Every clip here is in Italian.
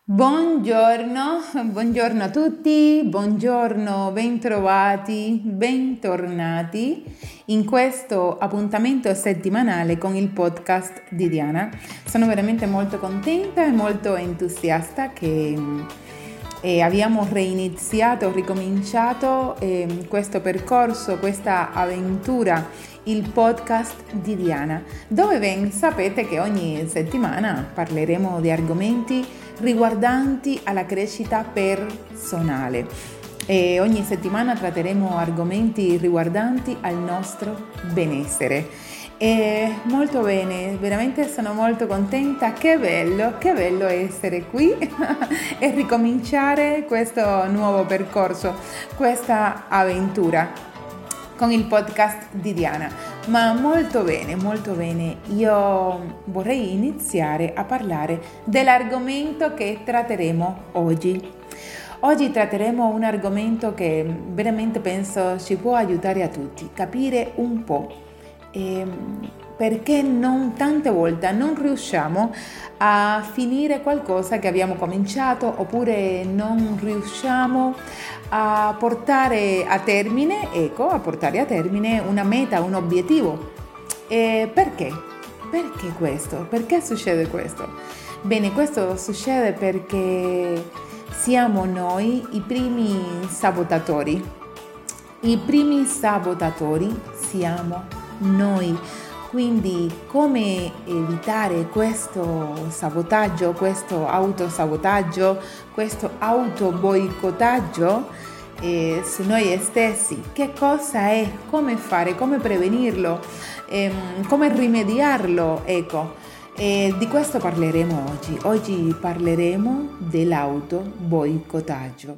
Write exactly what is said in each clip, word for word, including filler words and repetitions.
Buongiorno, buongiorno a tutti, buongiorno, bentrovati, bentornati in questo appuntamento settimanale con il podcast di Diana. Sono veramente molto contenta e molto entusiasta che eh, abbiamo reiniziato, ricominciato eh, questo percorso, questa avventura, il podcast di Diana, dove ben sapete che ogni settimana parleremo di argomenti riguardanti alla crescita personale e ogni settimana tratteremo argomenti riguardanti al nostro benessere. E molto bene, veramente sono molto contenta, che bello, che bello essere qui e ricominciare questo nuovo percorso, questa avventura con il podcast di Diana. Ma molto bene, molto bene. Io vorrei iniziare a parlare dell'argomento che tratteremo oggi. Oggi tratteremo un argomento che veramente penso ci può aiutare a tutti, capire un po' eh, perché non tante volte non riusciamo a finire qualcosa che abbiamo cominciato, oppure non riusciamo a portare a termine, ecco, a portare a termine una meta, un obiettivo. E perché? Perché questo? Perché succede questo? Bene, questo succede perché siamo noi i primi sabotatori. I primi sabotatori siamo noi. Quindi come evitare questo sabotaggio, questo autosabotaggio, questo autoboicottaggio eh, su noi stessi? Che cosa è? Come fare? Come prevenirlo? Ehm, come rimediarlo? Ecco, e di questo parleremo oggi. Oggi parleremo dell'autoboicottaggio.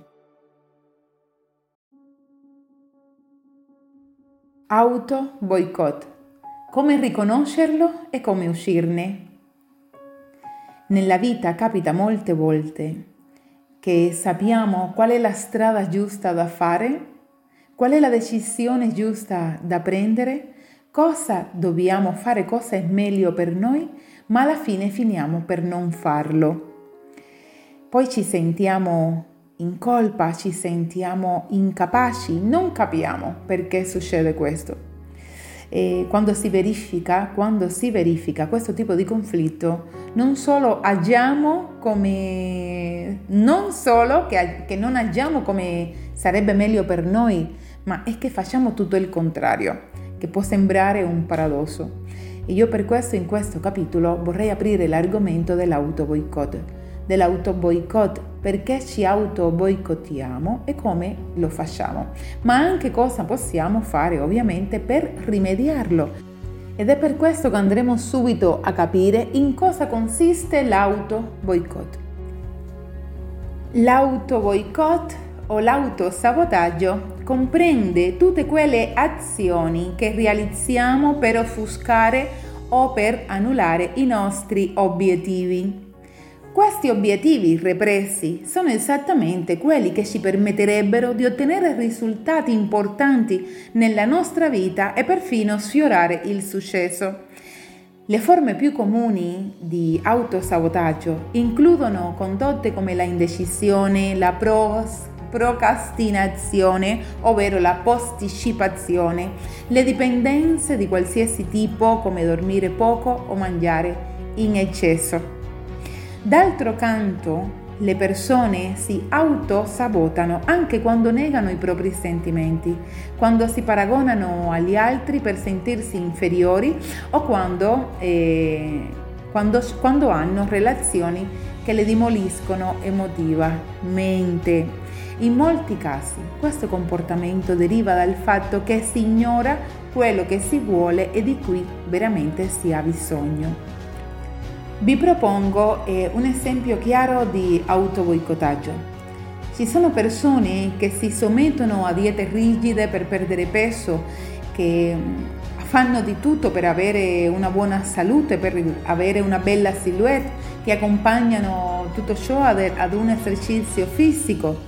Autoboicott. Come riconoscerlo e come uscirne? Nella vita capita molte volte che sappiamo qual è la strada giusta da fare, qual è la decisione giusta da prendere, cosa dobbiamo fare, cosa è meglio per noi, ma alla fine finiamo per non farlo. Poi ci sentiamo in colpa, ci sentiamo incapaci, non capiamo perché succede questo. E quando si verifica, quando si verifica questo tipo di conflitto, non solo agiamo come, non solo che, che non agiamo come sarebbe meglio per noi, ma è che facciamo tutto il contrario, che può sembrare un paradosso. E io per questo in questo capitolo vorrei aprire l'argomento dell'autoboicott, dell'autoboicott, perché ci autoboicottiamo e come lo facciamo, ma anche cosa possiamo fare ovviamente per rimediarlo. Ed è per questo che andremo subito a capire in cosa consiste l'autoboicott. L'autoboicott o l'autosabotaggio comprende tutte quelle azioni che realizziamo per offuscare o per annullare i nostri obiettivi. Questi obiettivi repressi sono esattamente quelli che ci permetterebbero di ottenere risultati importanti nella nostra vita e perfino sfiorare il successo. Le forme più comuni di autosabotaggio includono condotte come la indecisione, la pros- procrastinazione, ovvero la posticipazione, le dipendenze di qualsiasi tipo come dormire poco o mangiare in eccesso. D'altro canto, le persone si autosabotano anche quando negano i propri sentimenti, quando si paragonano agli altri per sentirsi inferiori o quando, eh, quando, quando hanno relazioni che le demoliscono emotivamente. In molti casi questo comportamento deriva dal fatto che si ignora quello che si vuole e di cui veramente si ha bisogno. Vi propongo eh, un esempio chiaro di autoboicottaggio. Ci sono persone che si sottomettono a diete rigide per perdere peso, che fanno di tutto per avere una buona salute, per avere una bella silhouette, che accompagnano tutto ciò ad, ad un esercizio fisico.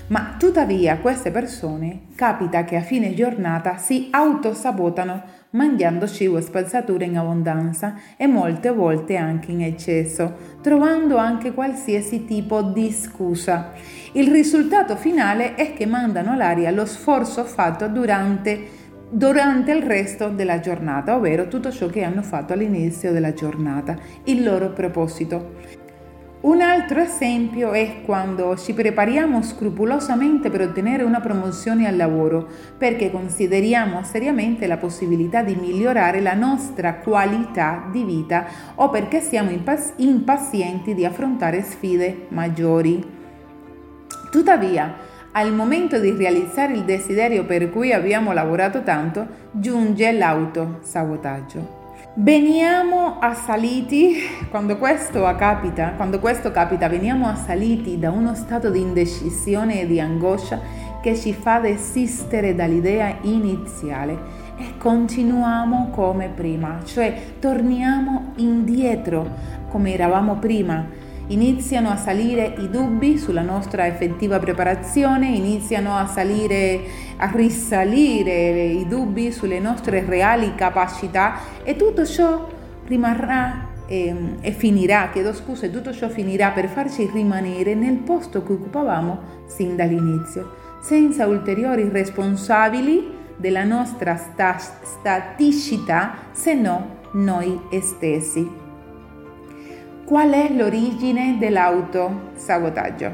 Ma tuttavia queste persone capita che a fine giornata si autosabotano mangiando cibo e spazzatura in abbondanza e molte volte anche in eccesso, trovando anche qualsiasi tipo di scusa. Il risultato finale è che mandano all'aria lo sforzo fatto durante, durante il resto della giornata, ovvero tutto ciò che hanno fatto all'inizio della giornata, il loro proposito. Un altro esempio è quando ci prepariamo scrupolosamente per ottenere una promozione al lavoro, perché consideriamo seriamente la possibilità di migliorare la nostra qualità di vita o perché siamo impass- impazienti di affrontare sfide maggiori. Tuttavia, al momento di realizzare il desiderio per cui abbiamo lavorato tanto, giunge l'autosabotaggio. Veniamo assaliti, quando questo capita, quando questo capita, veniamo assaliti da uno stato di indecisione e di angoscia che ci fa desistere dall'idea iniziale e continuiamo come prima, cioè torniamo indietro come eravamo prima. Iniziano a salire i dubbi sulla nostra effettiva preparazione, iniziano a salire, a risalire i dubbi sulle nostre reali capacità e tutto ciò rimarrà e, e finirà, chiedo scusa, e tutto ciò finirà per farci rimanere nel posto che occupavamo sin dall'inizio, senza ulteriori responsabili della nostra sta- staticità se no noi stessi. Qual è l'origine dell'autosabotaggio?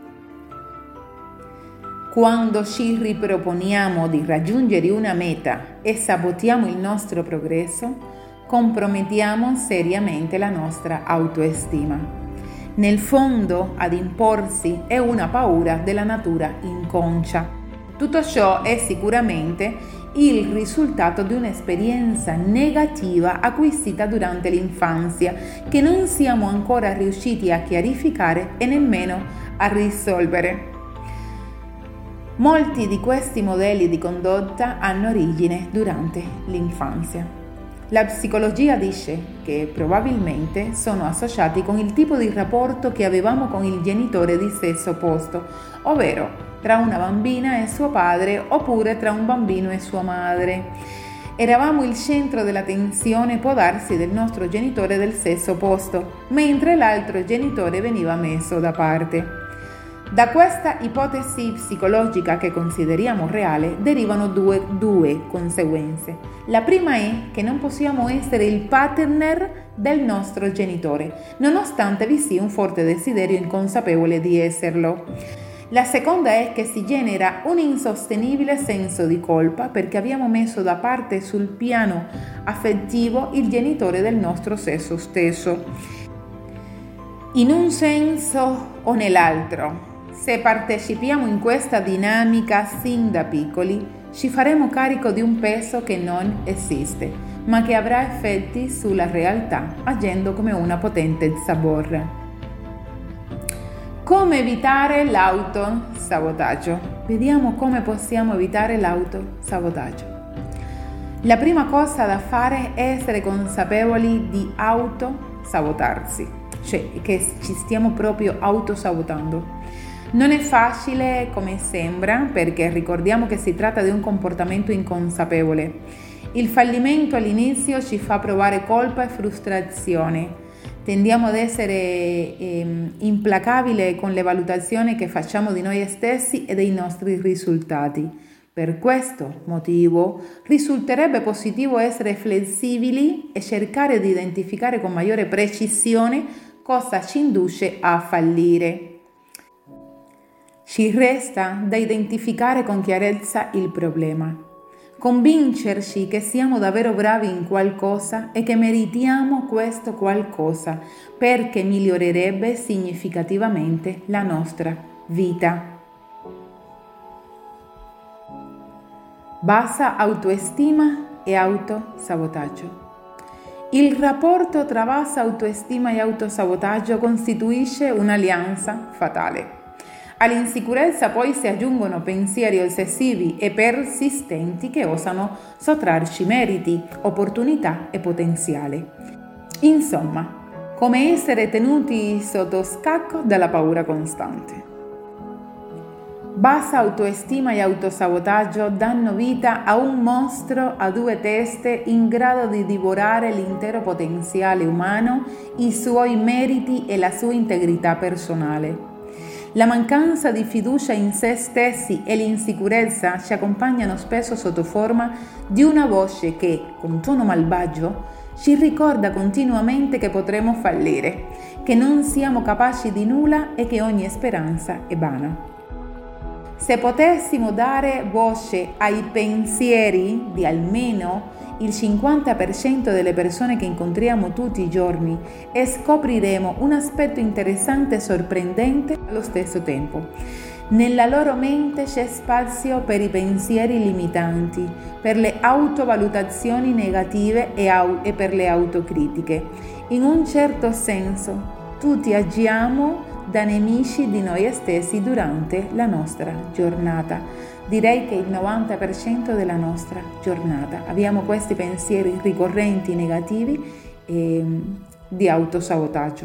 Quando ci riproponiamo di raggiungere una meta e sabotiamo il nostro progresso, compromettiamo seriamente la nostra autostima. Nel fondo, ad imporsi è una paura della natura inconscia. Tutto ciò è sicuramente il risultato di un'esperienza negativa acquisita durante l'infanzia che non siamo ancora riusciti a chiarificare e nemmeno a risolvere. Molti di questi modelli di condotta hanno origine durante l'infanzia. La psicologia dice che probabilmente sono associati con il tipo di rapporto che avevamo con il genitore di sesso opposto, ovvero tra una bambina e suo padre oppure tra un bambino e sua madre. Eravamo il centro dell'attenzione, può darsi, del nostro genitore del sesso opposto, mentre l'altro genitore veniva messo da parte. Da questa ipotesi psicologica che consideriamo reale derivano due, due conseguenze. La prima è che non possiamo essere il partner del nostro genitore, nonostante vi sia un forte desiderio inconsapevole di esserlo. La seconda è che si genera un insostenibile senso di colpa perché abbiamo messo da parte sul piano affettivo il genitore del nostro sesso stesso. In un senso o nell'altro, se partecipiamo in questa dinamica sin da piccoli, ci faremo carico di un peso che non esiste, ma che avrà effetti sulla realtà, agendo come una potente zavorra. Come evitare l'autosabotaggio? Vediamo come possiamo evitare l'autosabotaggio. La prima cosa da fare è essere consapevoli di autosabotarsi, cioè che ci stiamo proprio autosabotando. Non è facile come sembra, perché ricordiamo che si tratta di un comportamento inconsapevole. Il fallimento all'inizio ci fa provare colpa e frustrazione. Tendiamo ad essere eh, implacabili con le valutazioni che facciamo di noi stessi e dei nostri risultati. Per questo motivo risulterebbe positivo essere flessibili e cercare di identificare con maggiore precisione cosa ci induce a fallire. Ci resta da identificare con chiarezza il problema. Convincerci che siamo davvero bravi in qualcosa e che meritiamo questo qualcosa perché migliorerebbe significativamente la nostra vita. Bassa autostima e autosabotaggio. Il rapporto tra bassa autostima e autosabotaggio costituisce un'alleanza fatale. All'insicurezza poi si aggiungono pensieri ossessivi e persistenti che osano sottrarci meriti, opportunità e potenziale. Insomma, come essere tenuti sotto scacco dalla paura costante. Bassa autostima e autosabotaggio danno vita a un mostro a due teste in grado di divorare l'intero potenziale umano, i suoi meriti e la sua integrità personale. La mancanza di fiducia in se stessi e l'insicurezza ci accompagnano spesso sotto forma di una voce che, con tono malvagio, ci ricorda continuamente che potremo fallire, che non siamo capaci di nulla e che ogni speranza è vana. Se potessimo dare voce ai pensieri di almeno il cinquanta per cento delle persone che incontriamo tutti i giorni, e scopriremo un aspetto interessante e sorprendente allo stesso tempo. Nella loro mente c'è spazio per i pensieri limitanti, per le autovalutazioni negative e, au- e per le autocritiche. In un certo senso, tutti agiamo da nemici di noi stessi durante la nostra giornata. Direi che il novanta per cento della nostra giornata abbiamo questi pensieri ricorrenti negativi e di autosabotaggio.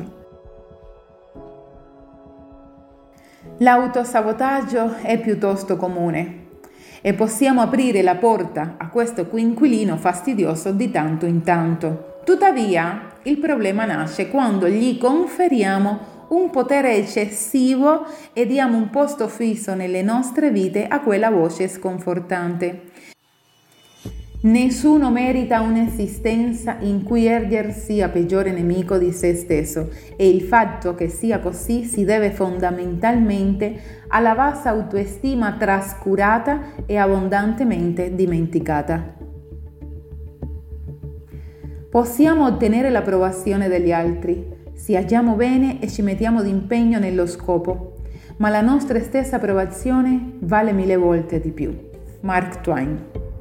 L'autosabotaggio è piuttosto comune e possiamo aprire la porta a questo coinquilino fastidioso di tanto in tanto. Tuttavia, il problema nasce quando gli conferiamo un potere eccessivo e diamo un posto fisso nelle nostre vite a quella voce sconfortante. Nessuno merita un'esistenza in cui Erger sia peggiore nemico di se stesso, e il fatto che sia così si deve fondamentalmente alla bassa autostima trascurata e abbondantemente dimenticata. Possiamo ottenere l'approvazione degli altri se agiamo bene e ci mettiamo d'impegno nello scopo, ma la nostra stessa approvazione vale mille volte di più. Mark Twain.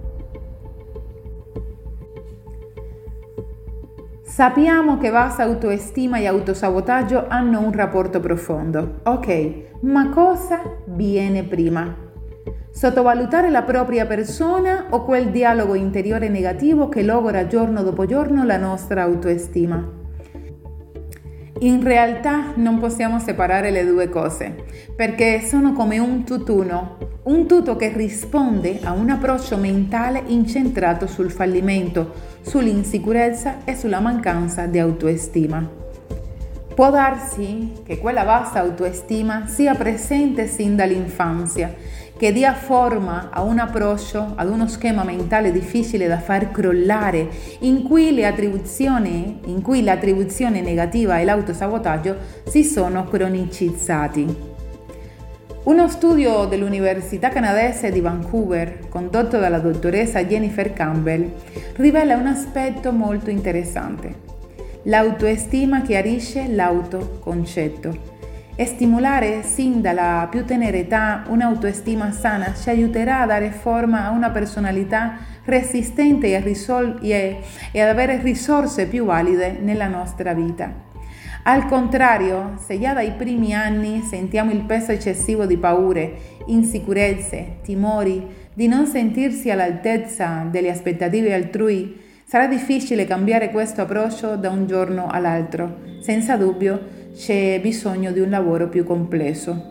Sappiamo che bassa autostima e autosabotaggio hanno un rapporto profondo. Ok, ma cosa viene prima? Sottovalutare la propria persona o quel dialogo interiore negativo che logora giorno dopo giorno la nostra autostima? In realtà non possiamo separare le due cose, perché sono come un tutt'uno, un tutto che risponde a un approccio mentale incentrato sul fallimento, sull'insicurezza e sulla mancanza di autostima. Può darsi che quella bassa autostima sia presente sin dall'infanzia, che dia forma a un approccio, ad uno schema mentale difficile da far crollare, in cui le attribuzioni, in cui l'attribuzione negativa e l'autosabotaggio si sono cronicizzati. Uno studio dell'Università canadese di Vancouver, condotto dalla dottoressa Jennifer Campbell, rivela un aspetto molto interessante. L'autoestima chiarisce l'autoconcetto. E stimolare sin dalla più tenera età un'autoestima sana ci aiuterà a dare forma a una personalità resistente e, a risol- e, e ad avere risorse più valide nella nostra vita. Al contrario, se già dai primi anni sentiamo il peso eccessivo di paure, insicurezze, timori, di non sentirsi all'altezza delle aspettative altrui, sarà difficile cambiare questo approccio da un giorno all'altro. Senza dubbio, c'è bisogno di un lavoro più complesso.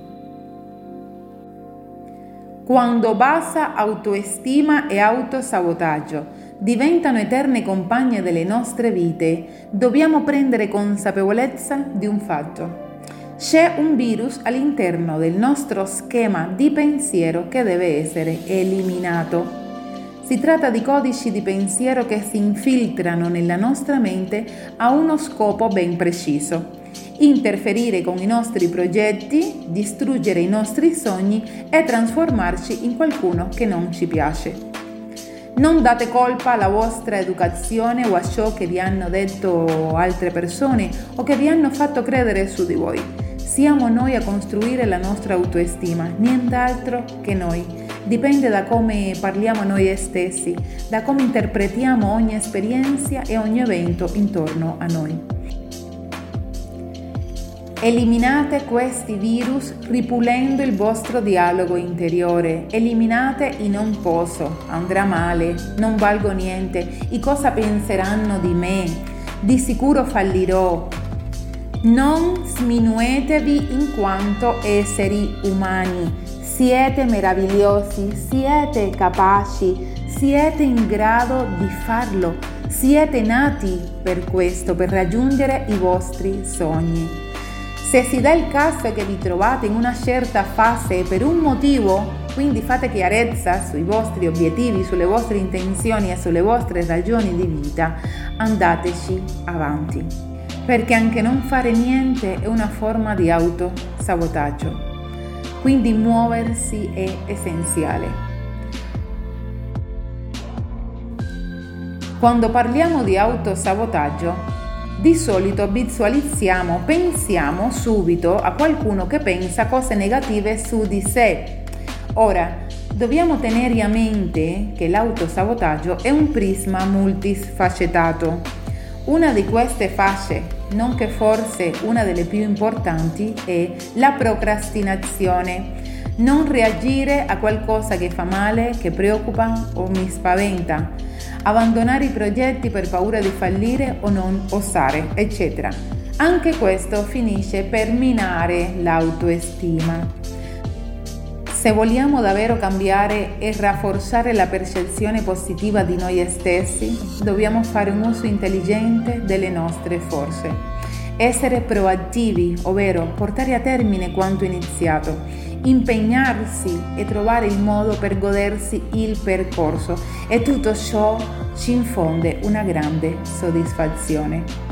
Quando bassa autoestima e autosabotaggio diventano eterne compagne delle nostre vite, dobbiamo prendere consapevolezza di un fatto. C'è un virus all'interno del nostro schema di pensiero che deve essere eliminato. Si tratta di codici di pensiero che si infiltrano nella nostra mente a uno scopo ben preciso: interferire con i nostri progetti, distruggere i nostri sogni e trasformarci in qualcuno che non ci piace. Non date colpa alla vostra educazione o a ciò che vi hanno detto altre persone o che vi hanno fatto credere su di voi. Siamo noi a costruire la nostra autoestima, nient'altro che noi. Dipende da come parliamo noi stessi, da come interpretiamo ogni esperienza e ogni evento intorno a noi. Eliminate questi virus ripulendo il vostro dialogo interiore. Eliminate i non posso, andrà male, non valgo niente, i cosa penseranno di me, di sicuro fallirò. Non sminuetevi in quanto esseri umani. Siete meravigliosi, siete capaci, siete in grado di farlo, siete nati per questo, per raggiungere i vostri sogni. Se si dà il caso che vi trovate in una certa fase per un motivo, quindi fate chiarezza sui vostri obiettivi, sulle vostre intenzioni e sulle vostre ragioni di vita, andateci avanti, perché anche non fare niente è una forma di autosabotaggio. Quindi muoversi è essenziale. Quando parliamo di autosabotaggio, di solito visualizziamo, pensiamo subito a qualcuno che pensa cose negative su di sé. Ora, dobbiamo tenere a mente che l'autosabotaggio è un prisma multifaccettato. Una di queste fasce, nonché forse una delle più importanti, è la procrastinazione. Non reagire a qualcosa che fa male, che preoccupa o mi spaventa. Abbandonare i progetti per paura di fallire o non osare, eccetera. Anche questo finisce per minare l'autoestima. Se vogliamo davvero cambiare e rafforzare la percezione positiva di noi stessi, dobbiamo fare un uso intelligente delle nostre forze. Essere proattivi, ovvero portare a termine quanto iniziato, impegnarsi e trovare il modo per godersi il percorso, e tutto ciò ci infonde una grande soddisfazione.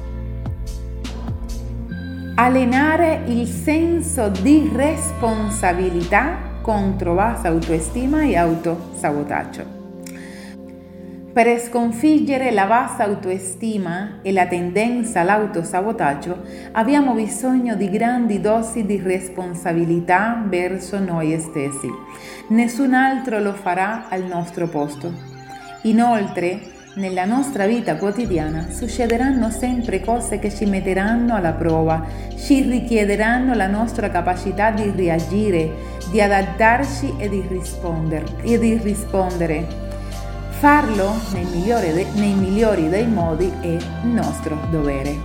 Allenare il senso di responsabilità contro bassa autostima e autosabotaggio. Per sconfiggere la bassa autostima e la tendenza all'autosabotaggio abbiamo bisogno di grandi dosi di responsabilità verso noi stessi. Nessun altro lo farà al nostro posto. Inoltre, nella nostra vita quotidiana succederanno sempre cose che ci metteranno alla prova, ci richiederanno la nostra capacità di reagire, di adattarci e di rispondere. E di rispondere. Farlo nei migliori, de- nei migliori dei modi è nostro dovere.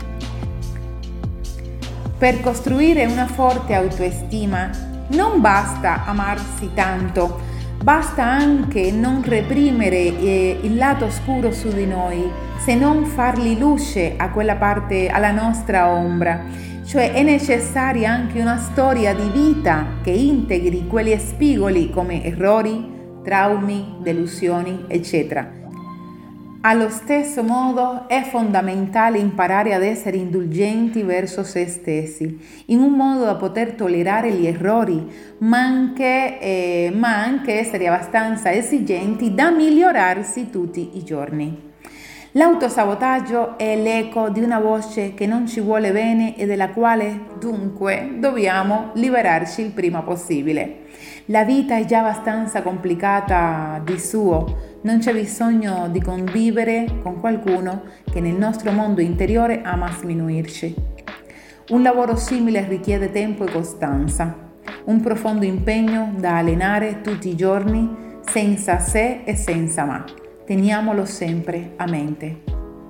Per costruire una forte autostima non basta amarsi tanto, basta anche non reprimere eh, il lato oscuro su di noi, se non fargli luce a quella parte, alla nostra ombra. Cioè è necessaria anche una storia di vita che integri quegli spigoli come errori, traumi, delusioni, eccetera. Allo stesso modo è fondamentale imparare ad essere indulgenti verso se stessi, in un modo da poter tollerare gli errori, ma anche, eh, ma anche essere abbastanza esigenti da migliorarsi tutti i giorni. L'autosabotaggio è l'eco di una voce che non ci vuole bene e della quale dunque dobbiamo liberarci il prima possibile. La vita è già abbastanza complicata di suo, non c'è bisogno di convivere con qualcuno che nel nostro mondo interiore ama sminuirci. Un lavoro simile richiede tempo e costanza, un profondo impegno da allenare tutti i giorni senza se e senza ma. Teniamolo sempre a mente.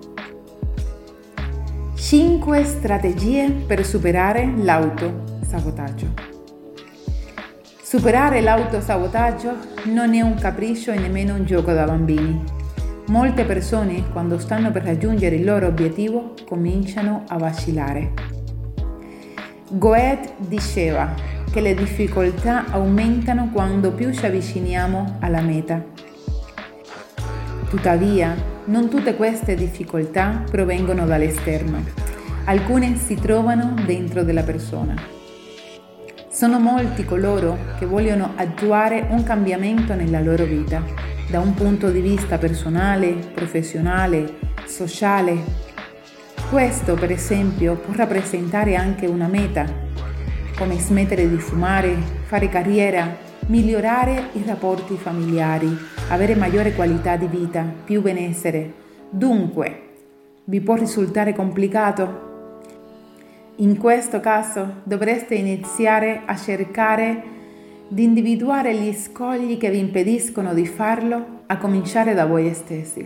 cinque strategie per superare l'autosabotaggio. Superare l'autosabotaggio non è un capriccio e nemmeno un gioco da bambini. Molte persone, quando stanno per raggiungere il loro obiettivo, cominciano a vacillare. Goethe diceva che le difficoltà aumentano quando più ci avviciniamo alla meta. Tuttavia, non tutte queste difficoltà provengono dall'esterno. Alcune si trovano dentro della persona. Sono molti coloro che vogliono attuare un cambiamento nella loro vita, da un punto di vista personale, professionale, sociale. Questo, per esempio, può rappresentare anche una meta, come smettere di fumare, fare carriera, migliorare i rapporti familiari, avere maggiore qualità di vita, più benessere. Dunque, vi può risultare complicato? In questo caso dovreste iniziare a cercare di individuare gli scogli che vi impediscono di farlo, a cominciare da voi stessi.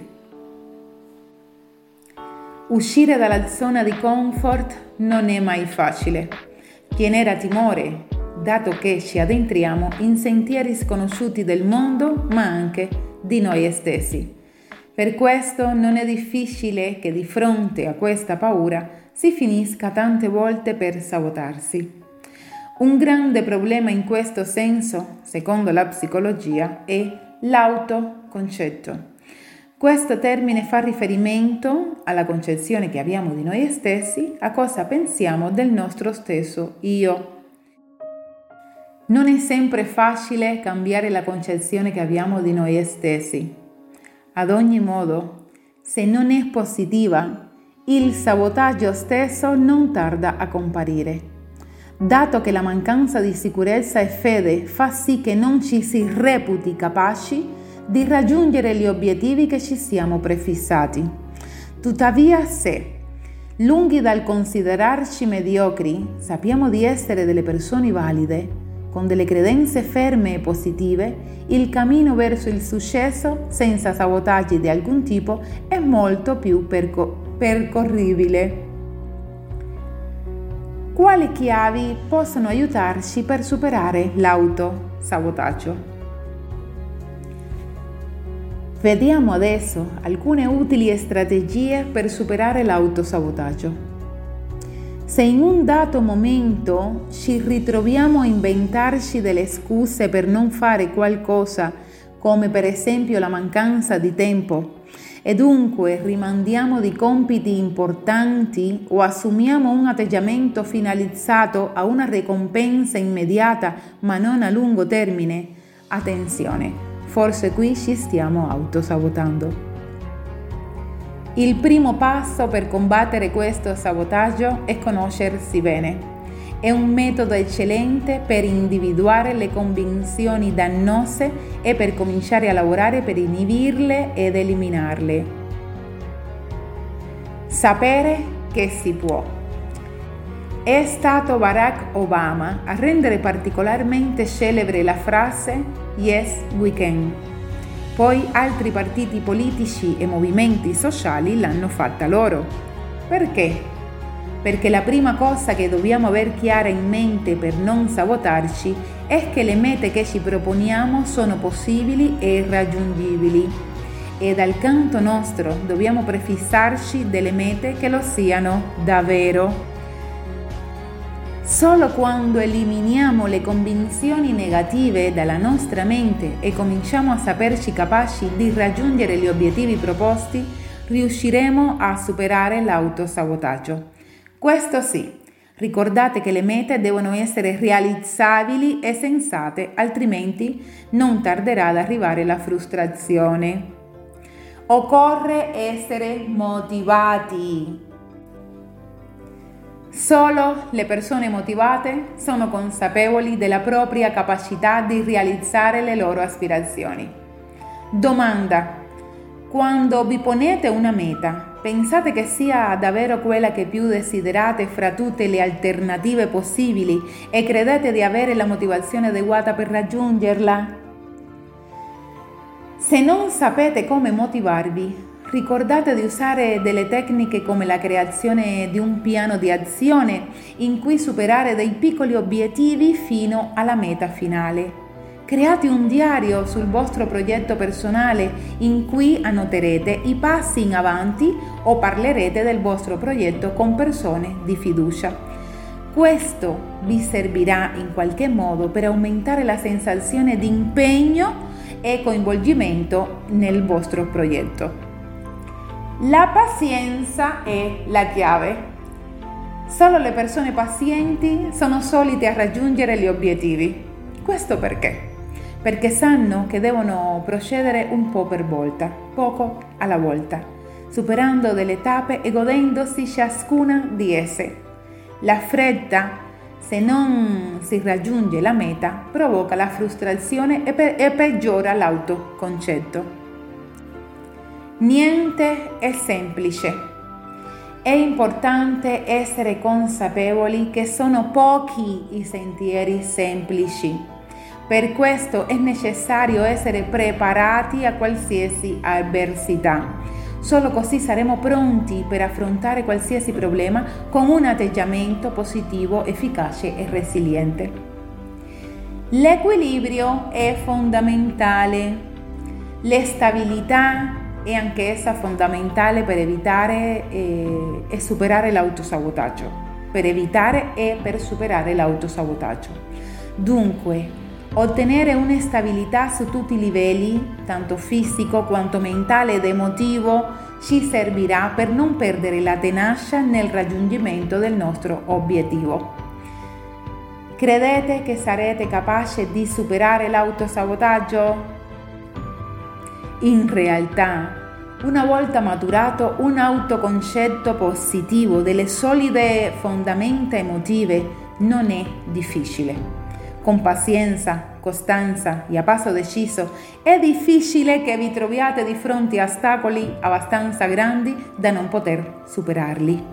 Uscire dalla zona di comfort non è mai facile. Genera timore, dato che ci addentriamo in sentieri sconosciuti del mondo, ma anche di noi stessi. Per questo non è difficile che di fronte a questa paura si finisca tante volte per sabotarsi. Un grande problema in questo senso, secondo la psicologia, è l'autoconcetto. Questo termine fa riferimento alla concezione che abbiamo di noi stessi, a cosa pensiamo del nostro stesso io. Non è sempre facile cambiare la concezione che abbiamo di noi stessi. Ad ogni modo, se non è positiva, il sabotaggio stesso non tarda a comparire. Dato che la mancanza di sicurezza e fede fa sì che non ci si reputi capaci di raggiungere gli obiettivi che ci siamo prefissati. Tuttavia, se, lunghi dal considerarci mediocri, sappiamo di essere delle persone valide, con delle credenze ferme e positive, il cammino verso il successo, senza sabotaggi di alcun tipo, è molto più perco- percorribile. Quali chiavi possono aiutarci per superare l'autosabotaggio? Vediamo adesso alcune utili strategie per superare l'autosabotaggio. Se in un dato momento ci ritroviamo a inventarci delle scuse per non fare qualcosa, come per esempio la mancanza di tempo, e dunque rimandiamo di compiti importanti o assumiamo un atteggiamento finalizzato a una ricompensa immediata ma non a lungo termine, attenzione, forse qui ci stiamo autosabotando. Il primo passo per combattere questo sabotaggio è conoscersi bene. È un metodo eccellente per individuare le convinzioni dannose e per cominciare a lavorare per inibirle ed eliminarle. Sapere che si può. È stato Barack Obama a rendere particolarmente celebre la frase "Yes, we can". Poi altri partiti politici e movimenti sociali l'hanno fatta loro. Perché? Perché la prima cosa che dobbiamo aver chiara in mente per non sabotarci è che le mete che ci proponiamo sono possibili e raggiungibili e dal canto nostro dobbiamo prefissarci delle mete che lo siano davvero. Solo quando eliminiamo le convinzioni negative dalla nostra mente e cominciamo a saperci capaci di raggiungere gli obiettivi proposti, riusciremo a superare l'autosabotaggio. Questo sì, ricordate che le mete devono essere realizzabili e sensate, altrimenti non tarderà ad arrivare la frustrazione. Occorre essere motivati. Solo le persone motivate sono consapevoli della propria capacità di realizzare le loro aspirazioni. Domanda: quando vi ponete una meta, pensate che sia davvero quella che più desiderate fra tutte le alternative possibili e credete di avere la motivazione adeguata per raggiungerla? Se non sapete come motivarvi, ricordate di usare delle tecniche come la creazione di un piano di azione in cui superare dei piccoli obiettivi fino alla meta finale. Create un diario sul vostro progetto personale in cui annoterete i passi in avanti o parlerete del vostro progetto con persone di fiducia. Questo vi servirà in qualche modo per aumentare la sensazione di impegno e coinvolgimento nel vostro progetto. La pazienza è la chiave. Solo le persone pazienti sono solite a raggiungere gli obiettivi. Questo perché? Perché sanno che devono procedere un po' per volta, poco alla volta, superando delle tappe e godendosi ciascuna di esse. La fretta, se non si raggiunge la meta, provoca la frustrazione e, pe- e peggiora l'autoconcetto. Niente è semplice. È importante essere consapevoli che sono pochi i sentieri semplici. Per questo è necessario essere preparati a qualsiasi avversità. Solo così saremo pronti per affrontare qualsiasi problema con un atteggiamento positivo, efficace e resiliente. L'equilibrio è fondamentale, la stabilità è anch'essa fondamentale per evitare e, e superare l'autosabotaggio, per evitare e per superare l'autosabotaggio. Dunque, ottenere una stabilità su tutti i livelli, tanto fisico quanto mentale ed emotivo, ci servirà per non perdere la tenacia nel raggiungimento del nostro obiettivo. Credete che sarete capaci di superare l'autosabotaggio? In realtà, una volta maturato un autoconcetto positivo delle solide fondamenta emotive, non è difficile. Con pazienza, costanza e a passo deciso, è difficile che vi troviate di fronte a ostacoli abbastanza grandi da non poter superarli.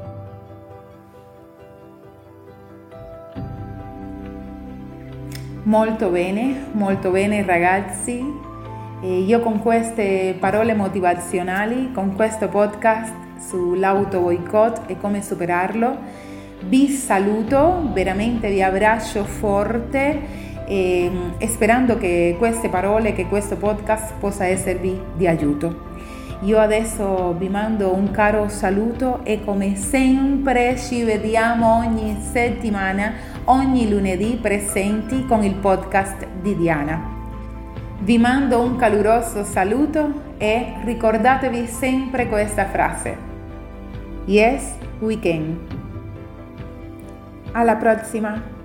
Molto bene, molto bene ragazzi. E io con queste parole motivazionali, con questo podcast sull'auto boicott e come superarlo, vi saluto, veramente vi abbraccio forte e, e sperando che queste parole, che questo podcast possa esservi di aiuto. Io adesso vi mando un caro saluto e come sempre ci vediamo ogni settimana, ogni lunedì presenti con il podcast di Diana. Vi mando un caloroso saluto e ricordatevi sempre questa frase: Yes, we can. Alla prossima!